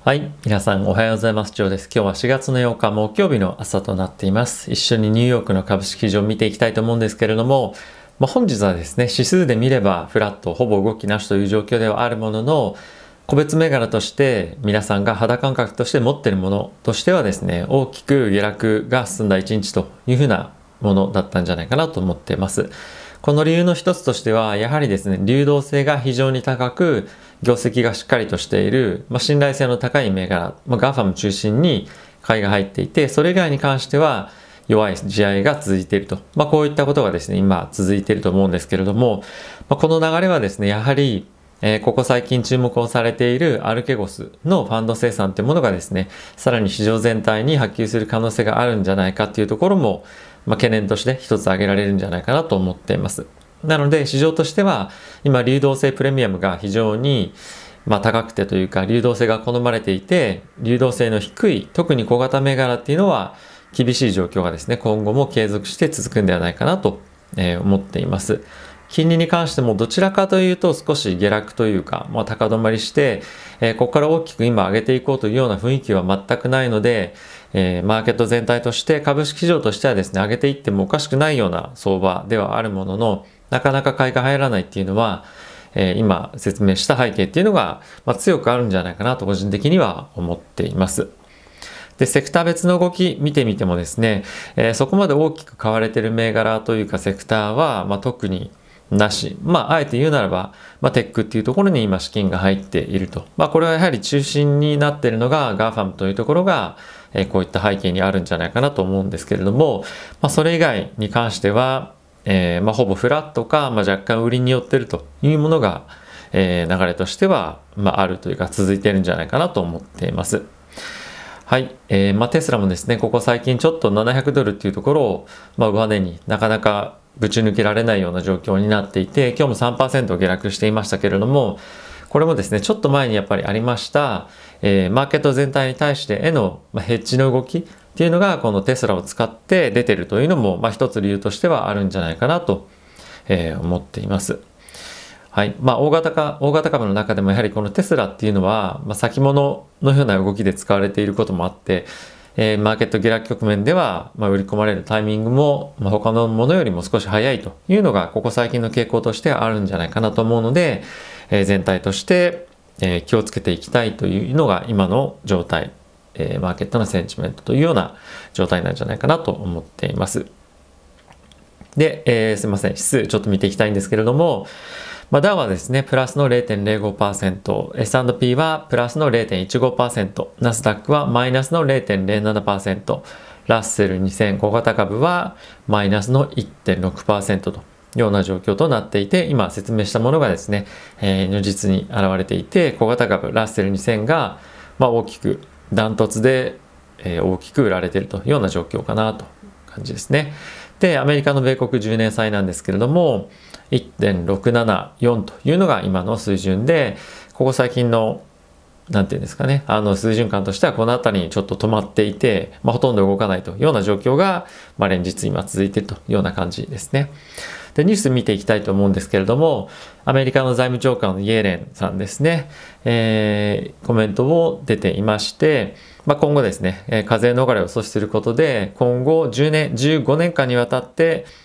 はい。皆さんおはようございます。ジョーです。今日は4月の8日木曜日の朝となっています。一緒にニューヨークの株式市場を見ていきたいと思うんですけれども、本日はですね、指数で見ればフラット、ほぼ動きなしという状況ではあるものの、個別銘柄として皆さんが肌感覚として持っているものとしてはですね、大きく下落が進んだ一日というふうなものだったんじゃないかなと思っています。この理由の一つとしては、やはりですね、流動性が非常に高く、業績がしっかりとしている、信頼性の高い銘柄、ガーファム中心に買いが入っていて、それ以外に関しては弱い地合いが続いていると。こういったことがですね、今続いていると思うんですけれども、この流れはですね、やはり、ここ最近注目をされているアルケゴスのファンド生産というものがですね、さらに市場全体に波及する可能性があるんじゃないかというところも、懸念として一つ挙げられるんじゃないかなと思っています。なので市場としては今流動性プレミアムが非常に高くてというか流動性が好まれていて、流動性の低い特に小型銘柄っていうのは厳しい状況がですね今後も継続して続くんではないかなと思っています。金利に関してもどちらかというと少し下落というか、高止まりして、ここから大きく今上げていこうというような雰囲気は全くないので、マーケット全体として株式市場としてはですね上げていってもおかしくないような相場ではあるものの、なかなか買いが入らないっていうのは、今説明した背景っていうのが、強くあるんじゃないかなと個人的には思っています。で、セクター別の動き見てみてもですね、そこまで大きく買われている銘柄というかセクターは、特になし。あえて言うならば、テックっていうところに今資金が入っていると。これはやはり中心になっているのが GAFAM というところが、こういった背景にあるんじゃないかなと思うんですけれども、それ以外に関しては、ほぼフラットか、若干売りに寄っているというものが、流れとしては、あるというか続いているんじゃないかなと思っています。はい。テスラもですね、ここ最近ちょっと700ドルっていうところを、上値になかなかぶち抜けられないような状況になっていて、今日も 3% 下落していましたけれども、これもですね、ちょっと前にやっぱりありました、マーケット全体に対してへの、ヘッジの動きっていうのが、このテスラを使って出てるというのも、一つ理由としてはあるんじゃないかなと、思っています。はい。大型株の中でもやはりこのテスラっていうのは、先物のような動きで使われていることもあって、マーケット下落局面では、売り込まれるタイミングも、他のものよりも少し早いというのが、ここ最近の傾向としてあるんじゃないかなと思うので、全体として、気をつけていきたいというのが今の状態、マーケットのセンチメントというような状態なんじゃないかなと思っています。で、すいません、指数ちょっと見ていきたいんですけれども、ダウはですね、プラスの 0.05%、S&P はプラスの 0.15%、ナスダックはマイナスの 0.07%、ラッセル2000小型株はマイナスの 1.6% というような状況となっていて、今説明したものがですね、如実に現れていて、小型株ラッセル2000が大きくダントツで大きく売られているというような状況かなという感じですね。で、アメリカの米国10年債なんですけれども、1.674 というのが今の水準で、ここ最近の、なんていうんですかね、水準感としてはこの辺りにちょっと止まっていて、ほとんど動かないというような状況が、連日今続いているというような感じですね。で、ニュース見ていきたいと思うんですけれども、アメリカの財務長官のイエレンさんですね、コメントを出ていまして、今後ですね、課税逃れを阻止することで、今後15年間にわたって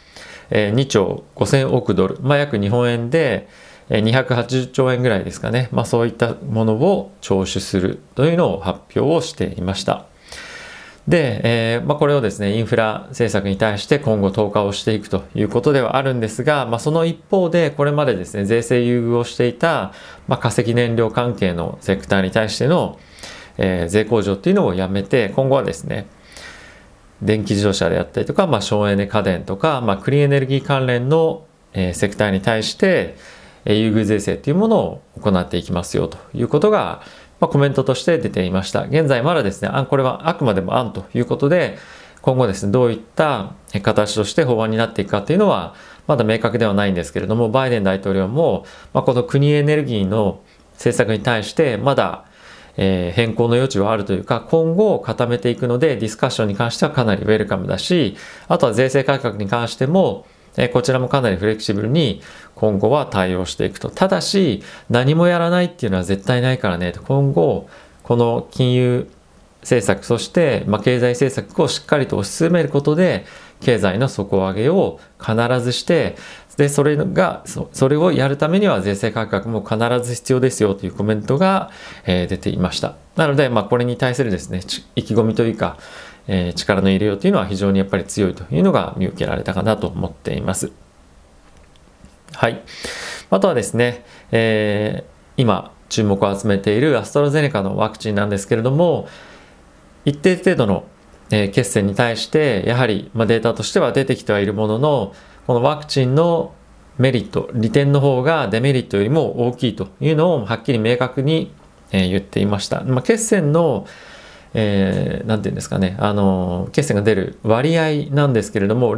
、2兆5000億ドル、約日本円で280兆円ぐらいですかね、そういったものを徴収するというのを発表をしていました。で、これをですね、インフラ政策に対して今後投下をしていくということではあるんですが、その一方でこれまでですね、税制優遇をしていた、化石燃料関係のセクターに対しての、税控除っていうのをやめて、今後はですね、電気自動車であったりとか、省エネ家電とか、クリーンエネルギー関連の、セクターに対して、優遇税制というものを行っていきますよということが、コメントとして出ていました。現在まだですね、これはあくまでも案ということで、今後ですね、どういった形として法案になっていくかっていうのは、まだ明確ではないんですけれども、バイデン大統領も、この国エネルギーの政策に対して、まだ変更の余地はあるというか、今後固めていくのでディスカッションに関してはかなりウェルカムだし、あとは税制改革に関してもこちらもかなりフレキシブルに今後は対応していくと。ただし何もやらないっていうのは絶対ないからねと。今後この金融政策、そして、経済政策をしっかりと推し進めることで経済の底上げを必ずして、でそれをやるためには税制改革も必ず必要ですよというコメントが、出ていました。なので、これに対するですね意気込みというか、力の入れようというのは非常にやっぱり強いというのが見受けられたかなと思っています。はい。あとはですね、今注目を集めているアストラゼネカのワクチンなんですけれども、一定程度の血栓に対してやはりデータとしては出てきてはいるものの、このワクチンのメリット、利点の方がデメリットよりも大きいというのをはっきり明確に言っていました。血栓のなんていうんですかね、血栓が出る割合なんですけれども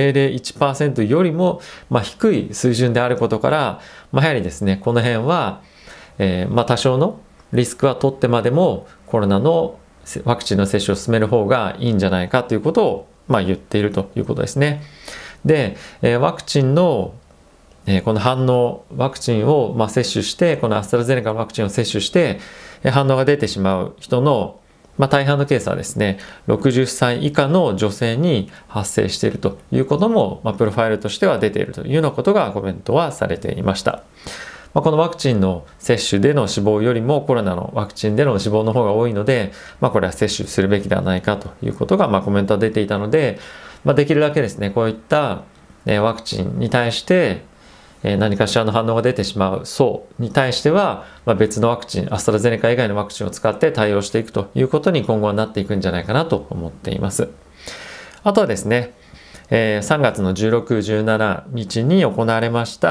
0.001% よりも低い水準であることから、やはりですねこの辺は、多少のリスクは取ってまでもコロナのワクチンの接種を進める方がいいんじゃないかということを言っているということですね。で、ワクチンのこの反応、ワクチンを接種して、このアストラゼネカのワクチンを接種して反応が出てしまう人の大半のケースはですね60歳以下の女性に発生しているということも、プロファイルとしては出ているというようなことがコメントはされていました。このワクチンの接種での死亡よりもコロナのワクチンでの死亡の方が多いので、これは接種するべきではないかということがコメントは出ていたので、できるだけですねこういったワクチンに対して何かしらの反応が出てしまう層に対しては、別のワクチン、アストラゼネカ以外のワクチンを使って対応していくということに今後はなっていくんじゃないかなと思っています。あとはですね、3月の16、17日に行われました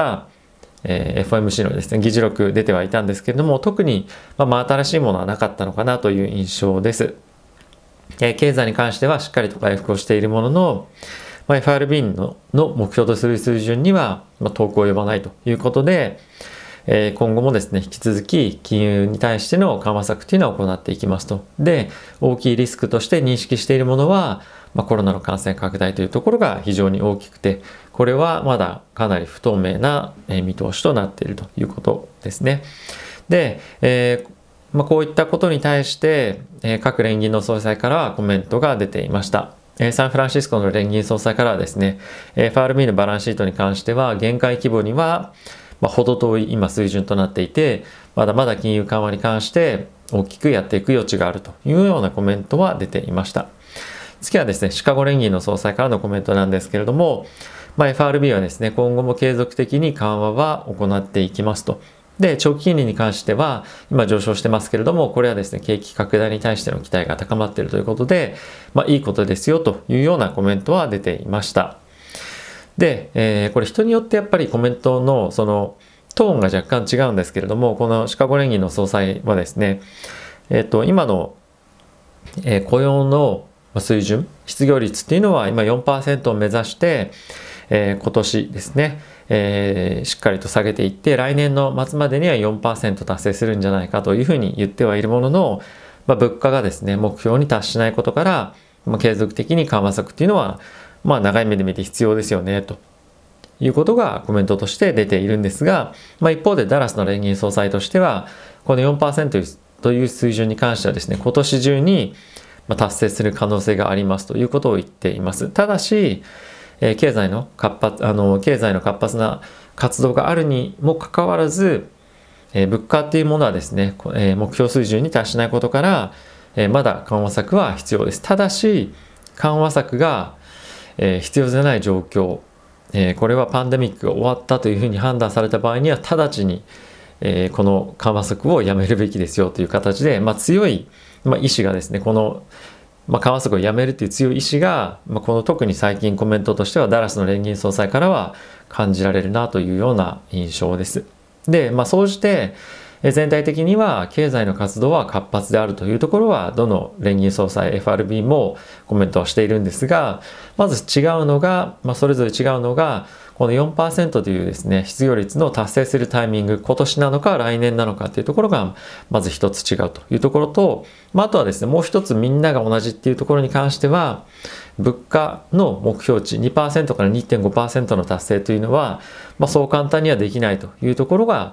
、FOMC のですね、議事録出てはいたんですけれども、特に、新しいものはなかったのかなという印象です。経済に関してはしっかりと回復をしているものの、FRB の目標とする水準には遠く及ばないということで、今後もですね引き続き金融に対しての緩和策というのを行っていきますと。で、大きいリスクとして認識しているものは、コロナの感染拡大というところが非常に大きくて、これはまだかなり不透明な見通しとなっているということですね。で、こういったことに対して各連銀の総裁からはコメントが出ていました。サンフランシスコの連銀総裁からはですね、FRB のバランスシートに関しては限界規模には程遠い今水準となっていて、まだまだ金融緩和に関して大きくやっていく余地があるというようなコメントは出ていました。次はですね、シカゴ連銀の総裁からのコメントなんですけれども、FRB はですね、今後も継続的に緩和は行っていきますと。で、長期金利に関しては今上昇してますけれども、これはですね景気拡大に対しての期待が高まっているということで、いいことですよというようなコメントは出ていました。で、これ人によってやっぱりコメントのそのトーンが若干違うんですけれども、このシカゴ連銀の総裁はですね、今の、雇用の水準、失業率っていうのは今 4% を目指して、今年ですね、しっかりと下げていって、来年の末までには 4% 達成するんじゃないかというふうに言ってはいるものの、物価がですね目標に達しないことから、継続的に緩和策っていうのは長い目で見て必要ですよねということがコメントとして出ているんですが、一方でダラスの連銀総裁としてはこの 4% という水準に関してはですね今年中に達成する可能性がありますということを言っています。ただし経済の活発な活動があるにもかかわらず、物価っていうものはですね、目標水準に達しないことから、まだ緩和策は必要です。ただし緩和策が、必要じゃない状況、これはパンデミックが終わったというふうに判断された場合には直ちに、この緩和策をやめるべきですよという形で、強い、意思がですねこの緩和策をやめるという強い意志が、この特に最近コメントとしてはダラスの連銀総裁からは感じられるなというような印象です。で、総じて全体的には経済の活動は活発であるというところはどの連銀総裁 FRB もコメントはしているんですが、まず違うのが、それぞれ違うのがこの 4% というですね失業率の達成するタイミング、今年なのか来年なのかというところがまず一つ違うというところと、あとはですねもう一つみんなが同じっていうところに関しては物価の目標値 2% から 2.5% の達成というのは、そう簡単にはできないというところが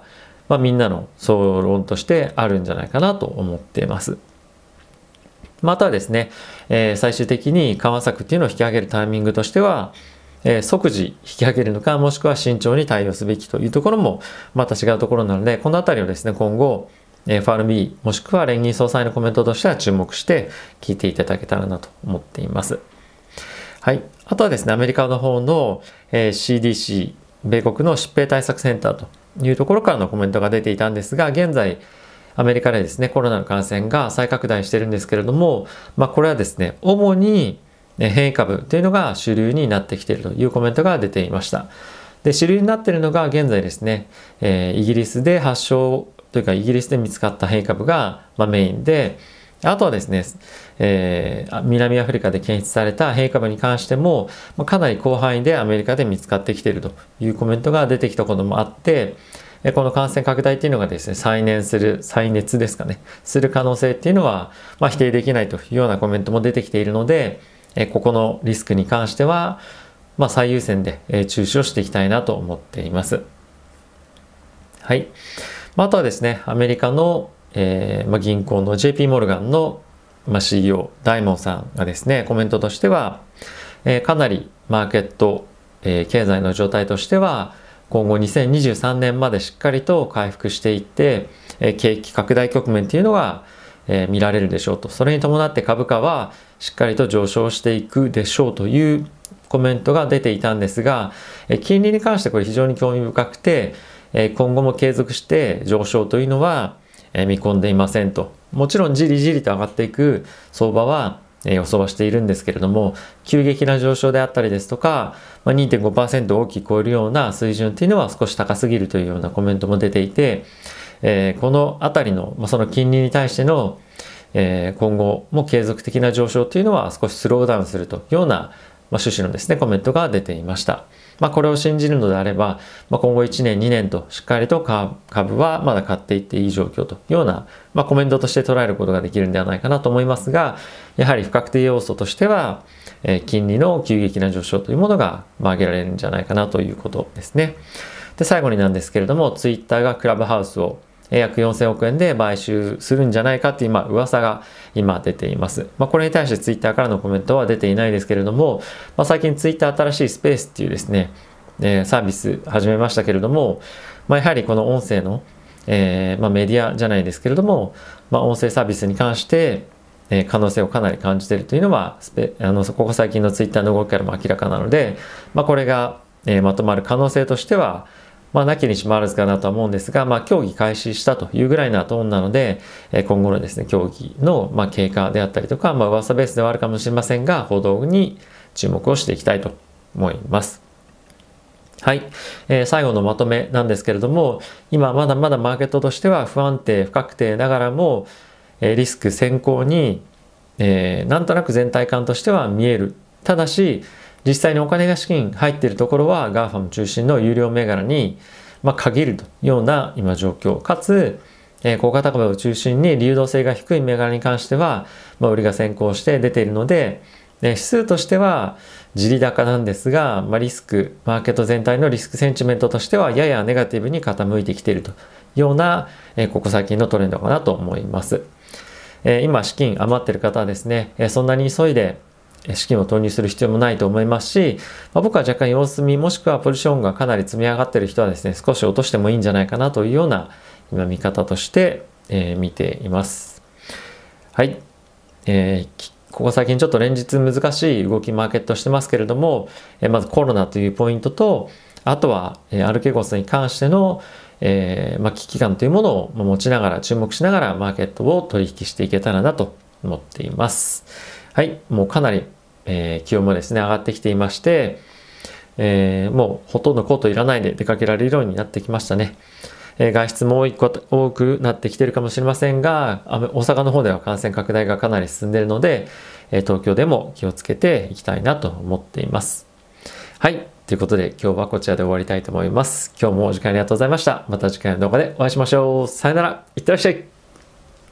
みんなの総論としてあるんじゃないかなと思っています。またですね、最終的に緩和策っていうのを引き上げるタイミングとしては、即時引き上げるのか、もしくは慎重に対応すべきというところもまた違うところなので、このあたりをですね、今後、FRB もしくは連銀総裁のコメントとしては注目して聞いていただけたらなと思っています。はい。あとはですね、アメリカの方の、CDC、米国の疾病対策センターというところからのコメントが出ていたんですが、現在、アメリカでですね、コロナの感染が再拡大しているんですけれども、これはですね、主に変異株というのが主流になってきているというコメントが出ていました。で、主流になっているのが現在ですね、イギリスで発症というかイギリスで見つかった変異株がメインで、あとはですね、南アフリカで検出された変異株に関しても、かなり広範囲でアメリカで見つかってきているというコメントが出てきたこともあって、この感染拡大っていうのがですね、再熱ですかね、する可能性っていうのは、否定できないというようなコメントも出てきているので、ここのリスクに関しては、最優先で注視をしていきたいなと思っています。はい。あとはですね、アメリカの、銀行の JP モルガンの、CEO ダイモンさんがですね、コメントとしては、かなりマーケット、経済の状態としては今後2023年までしっかりと回復していって、景気拡大局面というのが、見られるでしょうと。それに伴って株価はしっかりと上昇していくでしょうというコメントが出ていたんですが、金利に関してこれ非常に興味深くて、今後も継続して上昇というのは見込んでいませんと。もちろんじりじりと上がっていく相場は予想はしているんですけれども、急激な上昇であったりですとか、2.5% を大きく超えるような水準っていうのは少し高すぎるというようなコメントも出ていて、このあたりの、その金利に対しての、今後も継続的な上昇というのは少しスローダウンするというような、趣旨のですねコメントが出ていました。これを信じるのであれば、今後1年2年としっかりと株はまだ買っていっていい状況というような、コメントとして捉えることができるんではないかなと思いますが、やはり不確定要素としては、金利の急激な上昇というものが挙げられるんじゃないかなということですね。で、最後になんですけれども、ツイッターがクラブハウスを約4000億円で買収するんじゃないかっていう噂が今出ています。これに対してツイッターからのコメントは出ていないですけれども、最近ツイッター新しいスペースっていうですね、サービス始めましたけれども、やはりこの音声の、メディアじゃないですけれども、音声サービスに関して可能性をかなり感じているというのはここ最近のツイッターの動きからも明らかなので、これが、まとまる可能性としてはなきにしもあらずかなとは思うんですが、協議開始したというぐらいなトーンなので、今後のですね、協議の経過であったりとか、噂ベースではあるかもしれませんが、報道に注目をしていきたいと思います。はい、最後のまとめなんですけれども、今まだまだマーケットとしては不安定、不確定ながらも、リスク先行に、なんとなく全体感としては見える。ただし、実際にお金が資金入っているところは GAFAM 中心の有料銘柄に限るというような今状況。かつ、小型株を中心に流動性が低い銘柄に関しては、売りが先行して出ているので、指数としては地利高なんですが、リスク、マーケット全体のリスクセンチメントとしてはややネガティブに傾いてきているというような、ここ最近のトレンドかなと思います。今資金余っている方はですね、そんなに急いで資金を投入する必要もないと思いますし、僕は若干様子見もしくはポジションがかなり積み上がっている人はですね、少し落としてもいいんじゃないかなというような今見方として、見ています。はい、ここ最近ちょっと連日難しい動きマーケットしてますけれども、まずコロナというポイントと、あとはアルケゴスに関しての危機感というものを持ちながら注目しながらマーケットを取引していけたらなと思っています。はい、もうかなり、気温もですね上がってきていまして、もうほとんどコートいらないで出かけられるようになってきましたね。外出も多くなってきているかもしれませんが、大阪の方では感染拡大がかなり進んでいるので、東京でも気をつけていきたいなと思っています。はい、ということで今日はこちらで終わりたいと思います。今日もお時間ありがとうございました。また次回の動画でお会いしましょう。さよなら、いってらっしゃい。